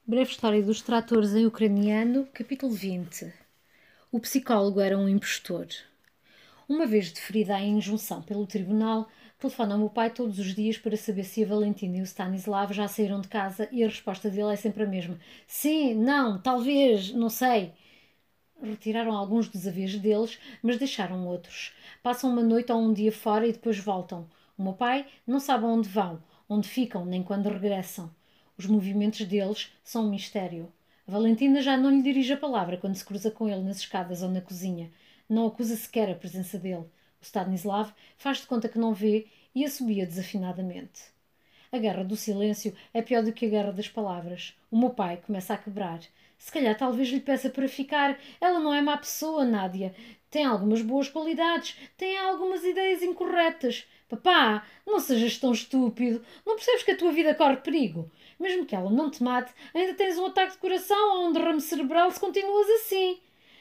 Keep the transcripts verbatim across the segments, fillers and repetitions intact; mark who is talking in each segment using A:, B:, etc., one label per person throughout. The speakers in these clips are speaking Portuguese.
A: Breve história dos tratores em ucraniano, capítulo vinte. O psicólogo era um impostor. Uma vez deferida a injunção pelo tribunal, telefono ao meu pai todos os dias para saber se a Valentina e o Stanislav já saíram de casa e a resposta dele é sempre a mesma. Sim, não, talvez, não sei. Retiraram alguns dos avisos deles, mas deixaram outros. Passam uma noite ou um dia fora e depois voltam. O meu pai não sabe onde vão, onde ficam, nem quando regressam. Os movimentos deles são um mistério. A Valentina já não lhe dirige a palavra quando se cruza com ele nas escadas ou na cozinha. Não acusa sequer a presença dele. O Stanislav faz de conta que não vê e assobia desafinadamente. A guerra do silêncio é pior do que a guerra das palavras. O meu pai começa a quebrar. Se calhar talvez lhe peça para ficar. Ela não é má pessoa, Nádia. Tem algumas boas qualidades. Tem algumas ideias incorretas. Papá, não sejas tão estúpido. Não percebes que a tua vida corre perigo? Mesmo que ela não te mate, ainda tens um ataque de coração ou um derrame cerebral se continuas assim.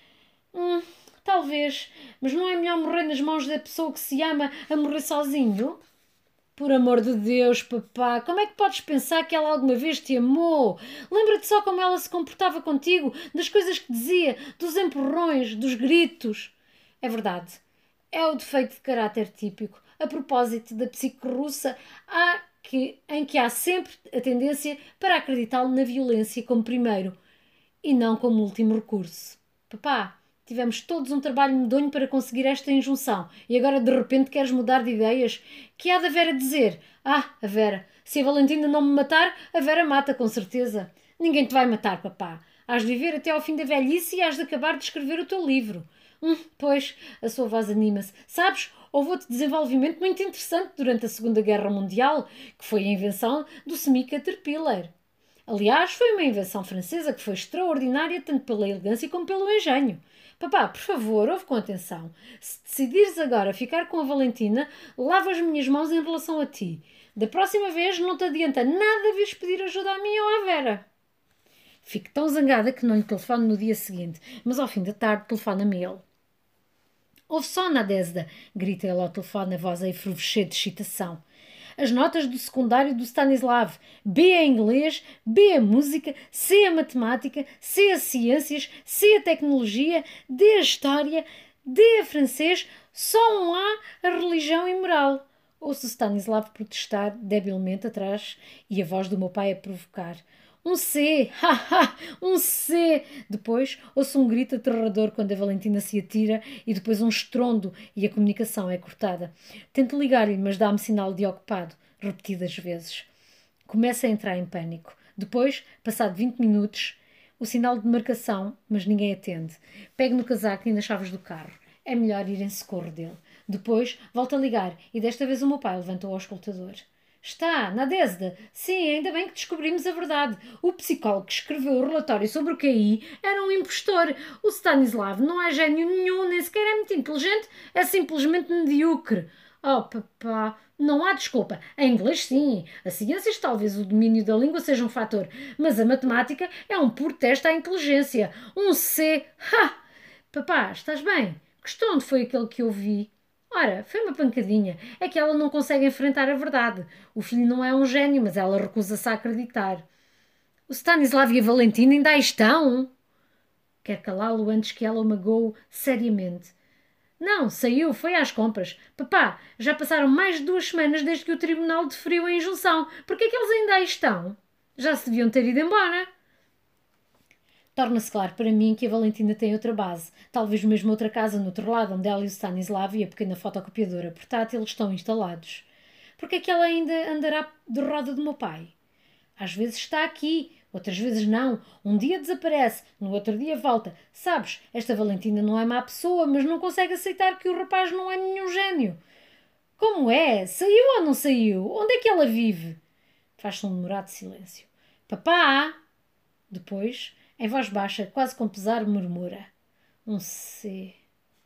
A: Hum, talvez. Mas não é melhor morrer nas mãos da pessoa que se ama a morrer sozinho? Por amor de Deus, papá, como é que podes pensar que ela alguma vez te amou? Lembra-te só como ela se comportava contigo, das coisas que dizia, dos empurrões, dos gritos. É verdade. É o defeito de caráter típico. A propósito da psique russa, há que, em que há sempre a tendência para acreditar na violência como primeiro e não como último recurso. Papá, tivemos todos um trabalho medonho para conseguir esta injunção e agora de repente queres mudar de ideias? Que há da Vera dizer? Ah, a Vera, se a Valentina não me matar, a Vera mata com certeza. Ninguém te vai matar, papá. Hás de viver até ao fim da velhice e hás de acabar de escrever o teu livro. Hum, pois, a sua voz anima-se. Sabes, houve outro desenvolvimento muito interessante durante a Segunda Guerra Mundial, que foi a invenção do semi-caterpillar. Aliás, foi uma invenção francesa que foi extraordinária tanto pela elegância como pelo engenho. Papá, por favor, ouve com atenção. Se decidires agora ficar com a Valentina, lava as minhas mãos em relação a ti. Da próxima vez não te adianta nada vires pedir ajuda a mim ou à Vera. Fico tão zangada que não lhe telefono no dia seguinte, mas ao fim da tarde telefona-me ele. Ouve só, Nadezda, grita ele ao telefone, a voz a efervescer de excitação. As notas do secundário do Stanislav. B a inglês, B a música, C a matemática, C a ciências, C a tecnologia, D a história, D a francês, só um A a religião e moral. Ouço Stanislav protestar debilmente atrás e a voz do meu pai a provocar. Um C! Ha, ha! Um C! Depois ouço um grito aterrador quando a Valentina se atira e depois um estrondo e a comunicação é cortada. Tento ligar-lhe, mas dá-me sinal de ocupado, repetidas vezes. Começo a entrar em pânico. Depois, passado vinte minutos, o sinal de marcação, mas ninguém atende. Pego no casaco e nas chaves do carro. É melhor ir em socorro dele. Depois, volto a ligar e desta vez o meu pai levanta o auscultador. Está, Nadezda. Sim, ainda bem que descobrimos a verdade. O psicólogo que escreveu o relatório sobre o Q I era um impostor. O Stanislav não é gênio nenhum, nem sequer é muito inteligente, é simplesmente medíocre. Oh, papá, não há desculpa. Em inglês, sim. A ciências, talvez o domínio da língua seja um fator, mas a matemática é um puro teste à inteligência. Um C. Ha! Papá, estás bem? Que estrondo foi aquele que eu vi? Ora, foi uma pancadinha. É que ela não consegue enfrentar a verdade. O filho não é um gênio, mas ela recusa-se a acreditar. O Stanislav e a Valentina ainda aí estão? Quer calá-lo antes que ela o magoe seriamente. Não, saiu, foi às compras. Papá, já passaram mais de duas semanas desde que o tribunal deferiu a injunção. Por que é que eles ainda aí estão? Já se deviam ter ido embora. Torna-se claro para mim que a Valentina tem outra base, talvez mesmo outra casa no outro lado, onde ela e o Stanislav e a pequena fotocopiadora portátil estão instalados. Porque é que ela ainda andará de roda do meu pai? Às vezes está aqui, outras vezes não. Um dia desaparece, no outro dia volta. Sabes, esta Valentina não é má pessoa, mas não consegue aceitar que o rapaz não é nenhum gênio. Como é? Saiu ou não saiu? Onde é que ela vive? Faz-se um demorado silêncio. Papá! Depois, em voz baixa, quase com pesar, murmura. Um C.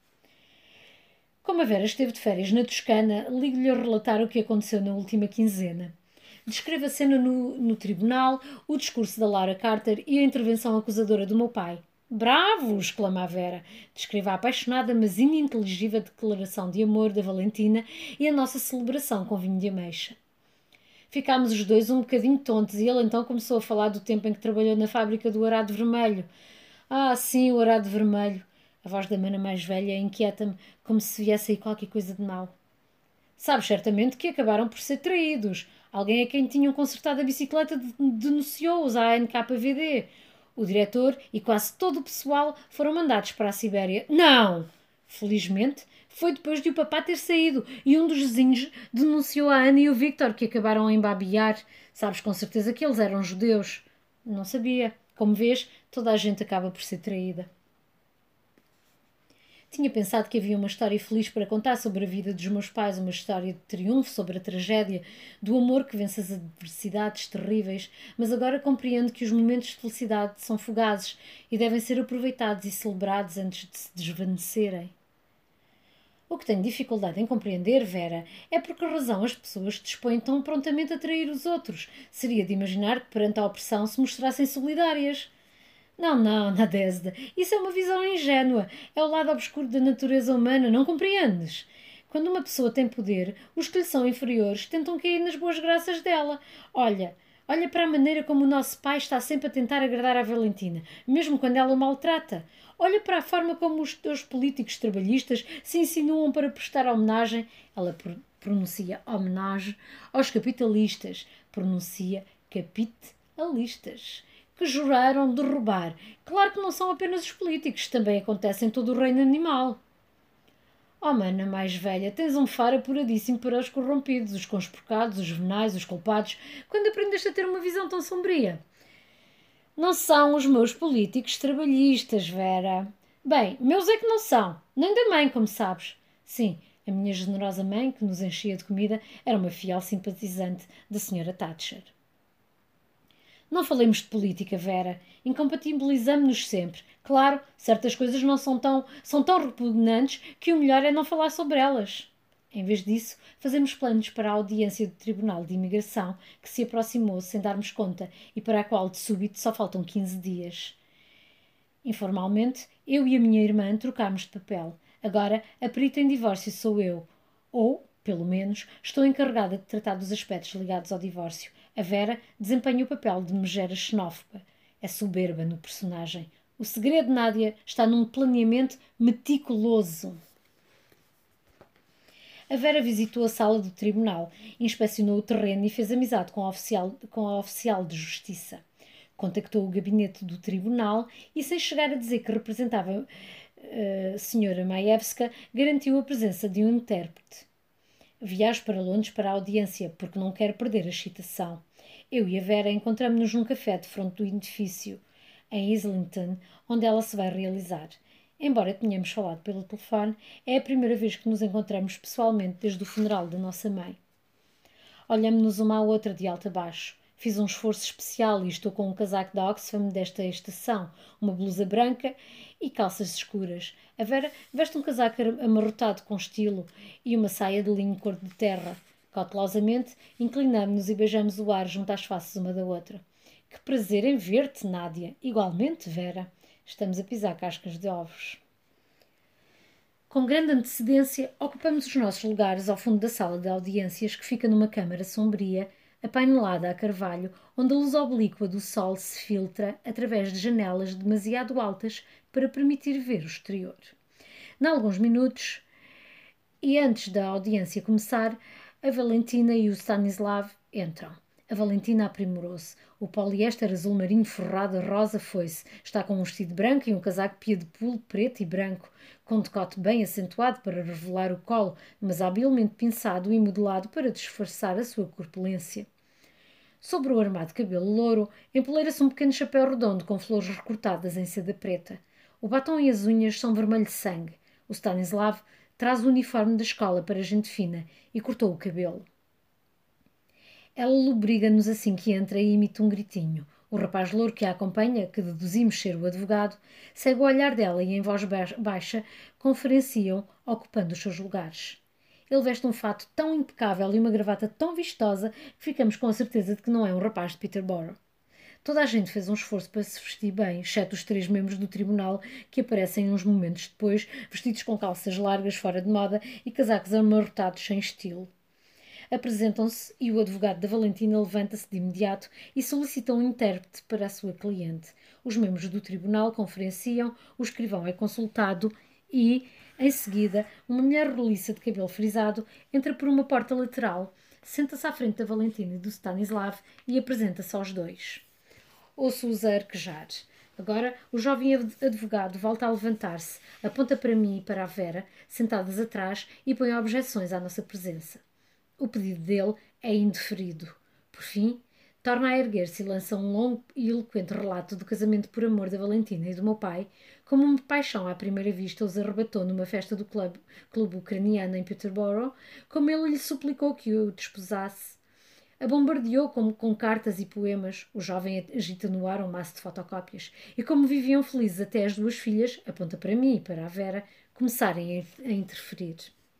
A: Como a Vera esteve de férias na Toscana, ligo-lhe a relatar o que aconteceu na última quinzena. Descreve a cena no, no tribunal, o discurso da Laura Carter e a intervenção acusadora do meu pai. Bravo! Exclama a Vera. Descreve a apaixonada, mas ininteligível declaração de amor da Valentina e a nossa celebração com vinho de ameixa. Ficámos os dois um bocadinho tontos e ele então começou a falar do tempo em que trabalhou na fábrica do arado vermelho. Ah, sim, o arado vermelho. A voz da mana mais velha inquieta-me como se viesse aí qualquer coisa de mal. Sabes certamente que acabaram por ser traídos. Alguém a quem tinham consertado a bicicleta denunciou-os à N K V D. O diretor e quase todo o pessoal foram mandados para a Sibéria. Não! Felizmente, foi depois de o papá ter saído e um dos vizinhos denunciou a Ana e o Victor, que acabaram a embabiar. Sabes com certeza que eles eram judeus. Não sabia. Como vês, toda a gente acaba por ser traída. Tinha pensado que havia uma história feliz para contar sobre a vida dos meus pais, uma história de triunfo sobre a tragédia, do amor que vence as adversidades terríveis, mas agora compreendo que os momentos de felicidade são fugazes e devem ser aproveitados e celebrados antes de se desvanecerem. O que tenho dificuldade em compreender, Vera, é por que razão as pessoas dispõem tão prontamente a trair os outros. Seria de imaginar que perante a opressão se mostrassem solidárias. Não, não, Nadezda, isso é uma visão ingênua. É o lado obscuro da natureza humana, não compreendes? Quando uma pessoa tem poder, os que lhe são inferiores tentam cair nas boas graças dela. Olha, olha para a maneira como o nosso pai está sempre a tentar agradar à Valentina, mesmo quando ela o maltrata. Olha para a forma como os teus políticos trabalhistas se insinuam para prestar homenagem, ela pronuncia homenagem, aos capitalistas, pronuncia capitalistas, que juraram derrubar. Claro que não são apenas os políticos, também acontece em todo o reino animal. Oh, mana mais velha, tens um faro apuradíssimo para os corrompidos, os conspurcados, os venais, os culpados. Quando aprendeste a ter uma visão tão sombria? Não são os meus políticos trabalhistas, Vera. Bem, meus é que não são. Nem da mãe, como sabes. Sim, a minha generosa mãe, que nos enchia de comida, era uma fiel simpatizante da senhora Thatcher. Não falemos de política, Vera. Incompatibilizamo-nos sempre. Claro, certas coisas não são tão, são tão repugnantes que o melhor é não falar sobre elas. Em vez disso, fazemos planos para a audiência do Tribunal de Imigração, que se aproximou sem darmos conta e para a qual, de súbito, só faltam quinze dias. Informalmente, eu e a minha irmã trocámos de papel. Agora, a perita em divórcio sou eu. Ou, pelo menos, estou encarregada de tratar dos aspectos ligados ao divórcio. A Vera desempenha o papel de megera xenófoba. É soberba no personagem. O segredo, Nádia, está num planeamento meticuloso. A Vera visitou a sala do tribunal, inspecionou o terreno e fez amizade com a oficial, com a oficial de justiça. Contactou o gabinete do tribunal e, sem chegar a dizer que representava a uh, senhora Maevska, garantiu a presença de um intérprete. Viajo para Londres para a audiência, porque não quero perder a excitação. Eu e a Vera encontramos-nos num café de fronte do edifício, em Islington, onde ela se vai realizar. Embora tenhamos falado pelo telefone, é a primeira vez que nos encontramos pessoalmente desde o funeral da nossa mãe. Olhamos-nos uma à outra de alto a baixo. Fiz um esforço especial e estou com um casaco da Oxfam desta estação, uma blusa branca e calças escuras. A Vera veste um casaco amarrotado com estilo e uma saia de linho cor de terra. Cautelosamente, inclinamo-nos e beijamos o ar junto às faces uma da outra. Que prazer em ver-te, Nádia. Igualmente, Vera. Estamos a pisar cascas de ovos. Com grande antecedência, ocupamos os nossos lugares ao fundo da sala de audiências, que fica numa câmara sombria, apainelada a carvalho, onde a luz oblíqua do sol se filtra através de janelas demasiado altas para permitir ver o exterior. Em alguns minutos, e antes da audiência começar, a Valentina e o Stanislav entram. A Valentina aprimorou-se. O poliéster azul marinho forrado a rosa foi-se. Está com um vestido branco e um casaco pia de pulo preto e branco, com decote bem acentuado para revelar o colo, mas habilmente pinçado e modelado para disfarçar a sua corpulência. Sobre o armado cabelo louro, empoleira-se um pequeno chapéu redondo com flores recortadas em seda preta. O batom e as unhas são vermelho de sangue. O Stanislav traz o uniforme da escola para gente fina e cortou o cabelo. Ela lobriga-nos assim que entra e emite um gritinho. O rapaz louro que a acompanha, que deduzimos ser o advogado, segue o olhar dela e em voz baixa conferenciam, ocupando os seus lugares. Ele veste um fato tão impecável e uma gravata tão vistosa que ficamos com a certeza de que não é um rapaz de Peterborough. Toda a gente fez um esforço para se vestir bem, exceto os três membros do tribunal, que aparecem uns momentos depois, vestidos com calças largas fora de moda e casacos amarrotados sem estilo. apresentam-se e o advogado da Valentina levanta-se de imediato e solicita um intérprete para a sua cliente. Os membros do tribunal conferenciam, o escrivão é consultado e, em seguida, uma mulher roliça de cabelo frisado entra por uma porta lateral, senta-se à frente da Valentina e do Stanislav e apresenta-se aos dois. Ouço-os a arquejar. Agora, o jovem advogado volta a levantar-se, aponta para mim e para a Vera, sentadas atrás, e põe objeções à nossa presença. O pedido dele é indeferido. Por fim, torna a erguer-se e lança um longo e eloquente relato do casamento por amor da Valentina e do meu pai, como uma paixão à primeira vista os arrebatou numa festa do clube, clube ucraniano em Peterborough, como ele lhe suplicou que o desposasse. A bombardeou como com cartas e poemas, o jovem agita no ar um maço de fotocópias, e como viviam felizes até as duas filhas, aponta para mim e para a Vera, começarem a interferir.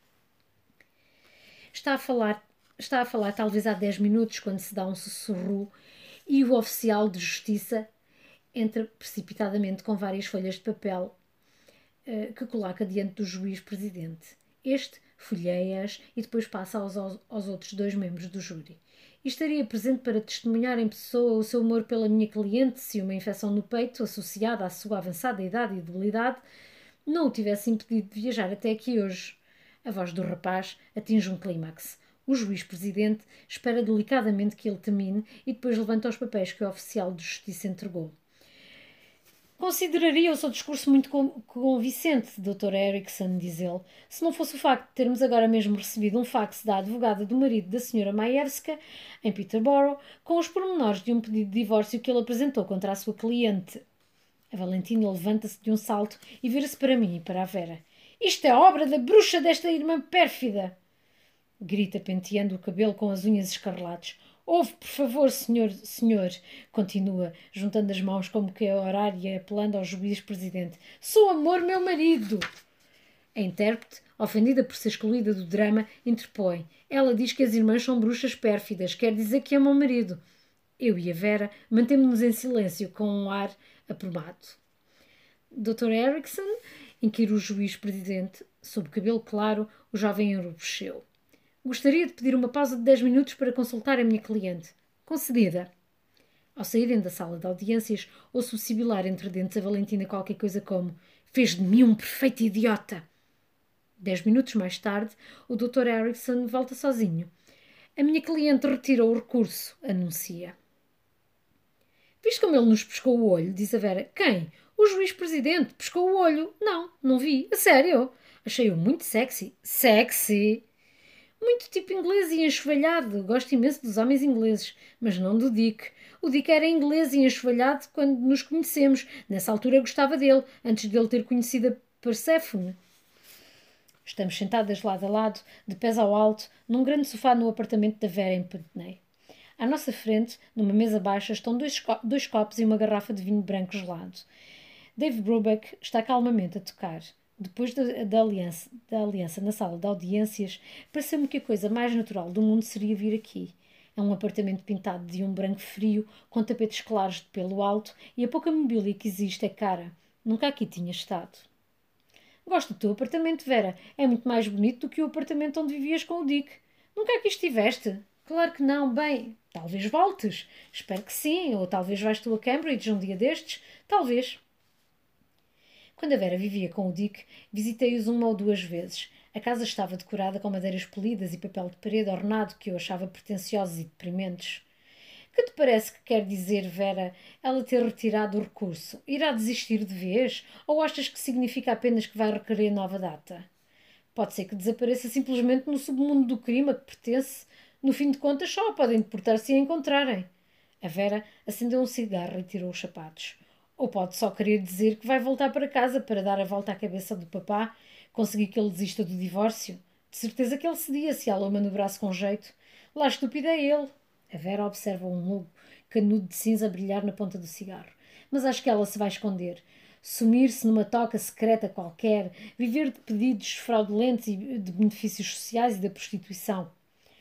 A: Está a falar, está a falar talvez há dez minutos, quando se dá um sussurro e o oficial de justiça entra precipitadamente com várias folhas de papel uh, que coloca diante do juiz-presidente. Este folheia-as e depois passa aos, aos, aos outros dois membros do júri. E estaria presente para testemunhar em pessoa o seu amor pela minha cliente se uma infecção no peito, associada à sua avançada idade e debilidade, não o tivesse impedido de viajar até aqui hoje. A voz do rapaz atinge um clímax. O juiz-presidente espera delicadamente que ele termine e depois levanta os papéis que o oficial de justiça entregou. Consideraria o seu discurso muito convincente, doutor Erickson, diz ele, se não fosse o facto de termos agora mesmo recebido um fax da advogada do marido da senhora Maierska, em Peterborough, com os pormenores de um pedido de divórcio que ele apresentou contra a sua cliente. A Valentina levanta-se de um salto e vira-se para mim e para a Vera. Isto é obra da bruxa desta irmã pérfida! Grita, penteando o cabelo com as unhas escarlates. Ouve, por favor, senhor, senhor, continua, juntando as mãos como que a orar e apelando ao juiz-presidente. Sou amor, meu marido! A intérprete, ofendida por ser excluída do drama, interpõe. Ela diz que as irmãs são bruxas pérfidas, quer dizer que ama o marido. Eu e a Vera mantemos-nos em silêncio, com um ar aprumado. doutor Erickson, inquiriu o juiz-presidente. Sob o cabelo claro, o jovem enrubesceu. Gostaria de pedir uma pausa de dez minutos para consultar a minha cliente. Concedida. Ao saírem da sala de audiências, ouço sibilar entre dentes a Valentina qualquer coisa como fez de mim um perfeito idiota. Dez minutos mais tarde, o doutor Erickson volta sozinho. A minha cliente retirou o recurso, anuncia. Viste como ele nos pescou o olho, diz a Vera. Quem? O juiz-presidente pescou o olho. Não, não vi. A sério. Achei-o muito sexy. Sexy! Muito tipo inglês e enxovalhado. Gosto imenso dos homens ingleses, mas não do Dick. O Dick era inglês e enxovalhado quando nos conhecemos. Nessa altura gostava dele, antes dele ter conhecido a Perséfone. Estamos sentadas lado a lado, de pés ao alto, num grande sofá no apartamento da Vera em Putney. À nossa frente, numa mesa baixa, estão dois, dois copos e uma garrafa de vinho branco gelado. Dave Brubeck está calmamente a tocar. Depois da, da, aliança, da aliança na sala de audiências, pareceu-me que a coisa mais natural do mundo seria vir aqui. É um apartamento pintado de um branco frio, com tapetes claros de pelo alto, e a pouca mobília que existe é cara. Nunca aqui tinha estado. Gosto do teu apartamento, Vera. É muito mais bonito do que o apartamento onde vivias com o Dick. Nunca aqui estiveste? Claro que não. Bem, talvez voltes. Espero que sim. Ou talvez vais tu a Cambridge um dia destes. Talvez. Quando a Vera vivia com o Dick, visitei-os uma ou duas vezes. A casa estava decorada com madeiras polidas e papel de parede ornado que eu achava pretenciosos e deprimentes. Que te parece que quer dizer, Vera, ela ter retirado o recurso? Irá desistir de vez? Ou achas que significa apenas que vai requerer nova data? Pode ser que desapareça simplesmente no submundo do crime a que pertence. No fim de contas, só a podem deportar se a encontrarem. A Vera acendeu um cigarro e tirou os sapatos. Ou pode só querer dizer que vai voltar para casa para dar a volta à cabeça do papá, conseguir que ele desista do divórcio. De certeza que ele cedia se ela o manobrasse com jeito. Lá estúpido é ele. A Vera observa um longo canudo de cinza brilhar na ponta do cigarro. Mas acho que ela se vai esconder. Sumir-se numa toca secreta qualquer, viver de pedidos fraudulentos e de benefícios sociais e da prostituição.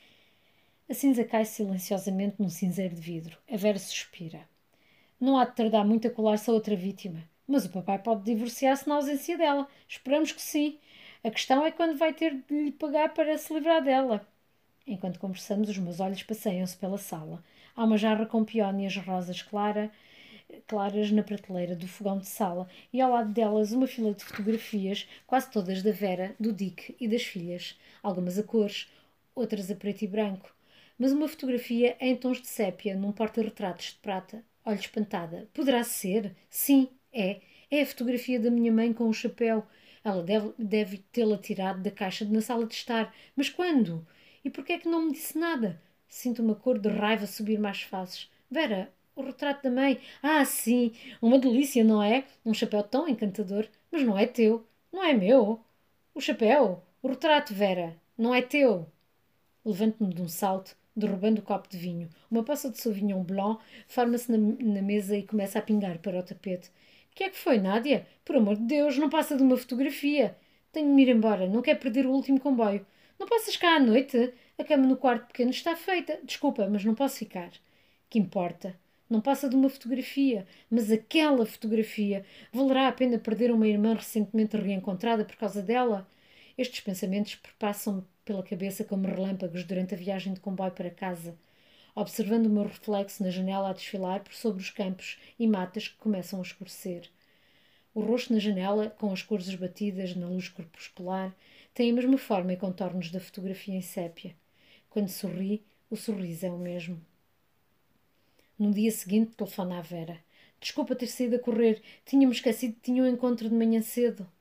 A: A cinza cai silenciosamente num cinzeiro de vidro. A Vera suspira. Não há de tardar muito a colar-se a outra vítima. Mas o papai pode divorciar-se na ausência dela. Esperamos que sim. A questão é quando vai ter de lhe pagar para se livrar dela. Enquanto conversamos, os meus olhos passeiam-se pela sala. Há uma jarra com peónias rosas clara, claras na prateleira do fogão de sala e ao lado delas uma fila de fotografias, quase todas da Vera, do Dick e das filhas. Algumas a cores, outras a preto e branco. Mas uma fotografia em tons de sépia, num porta-retratos de prata. Olho espantada. Poderá ser? Sim, é. É a fotografia da minha mãe com o chapéu. Ela deve, deve tê-la tirado da caixa na sala de estar. Mas quando? E por que é que não me disse nada? Sinto uma cor de raiva subir mais faces. Vera, o retrato da mãe. Ah, sim, uma delícia, não é? Um chapéu tão encantador. Mas não é teu. Não é meu. O chapéu, o retrato, Vera, não é teu. Levanto-me de um salto, derrubando o copo de vinho. Uma poça de Sauvignon Blanc forma-se na, na mesa e começa a pingar para o tapete. Que é que foi, Nádia? Por amor de Deus, não passa de uma fotografia. Tenho de me ir embora, não quero perder o último comboio. Não passas cá à noite? A cama no quarto pequeno está feita. Desculpa, mas não posso ficar. Que importa? Não passa de uma fotografia, mas aquela fotografia. Valerá a pena perder uma irmã recentemente reencontrada por causa dela? Estes pensamentos perpassam-me pela cabeça como relâmpagos durante a viagem de comboio para casa, observando o meu reflexo na janela a desfilar por sobre os campos e matas que começam a escurecer. O rosto na janela, com as cores esbatidas na luz crepuscular, tem a mesma forma e contornos da fotografia em sépia. Quando sorri, o sorriso é o mesmo. No dia seguinte, telefona à Vera. Desculpa ter saído a correr. Tinha-me esquecido que tinha um encontro de manhã cedo.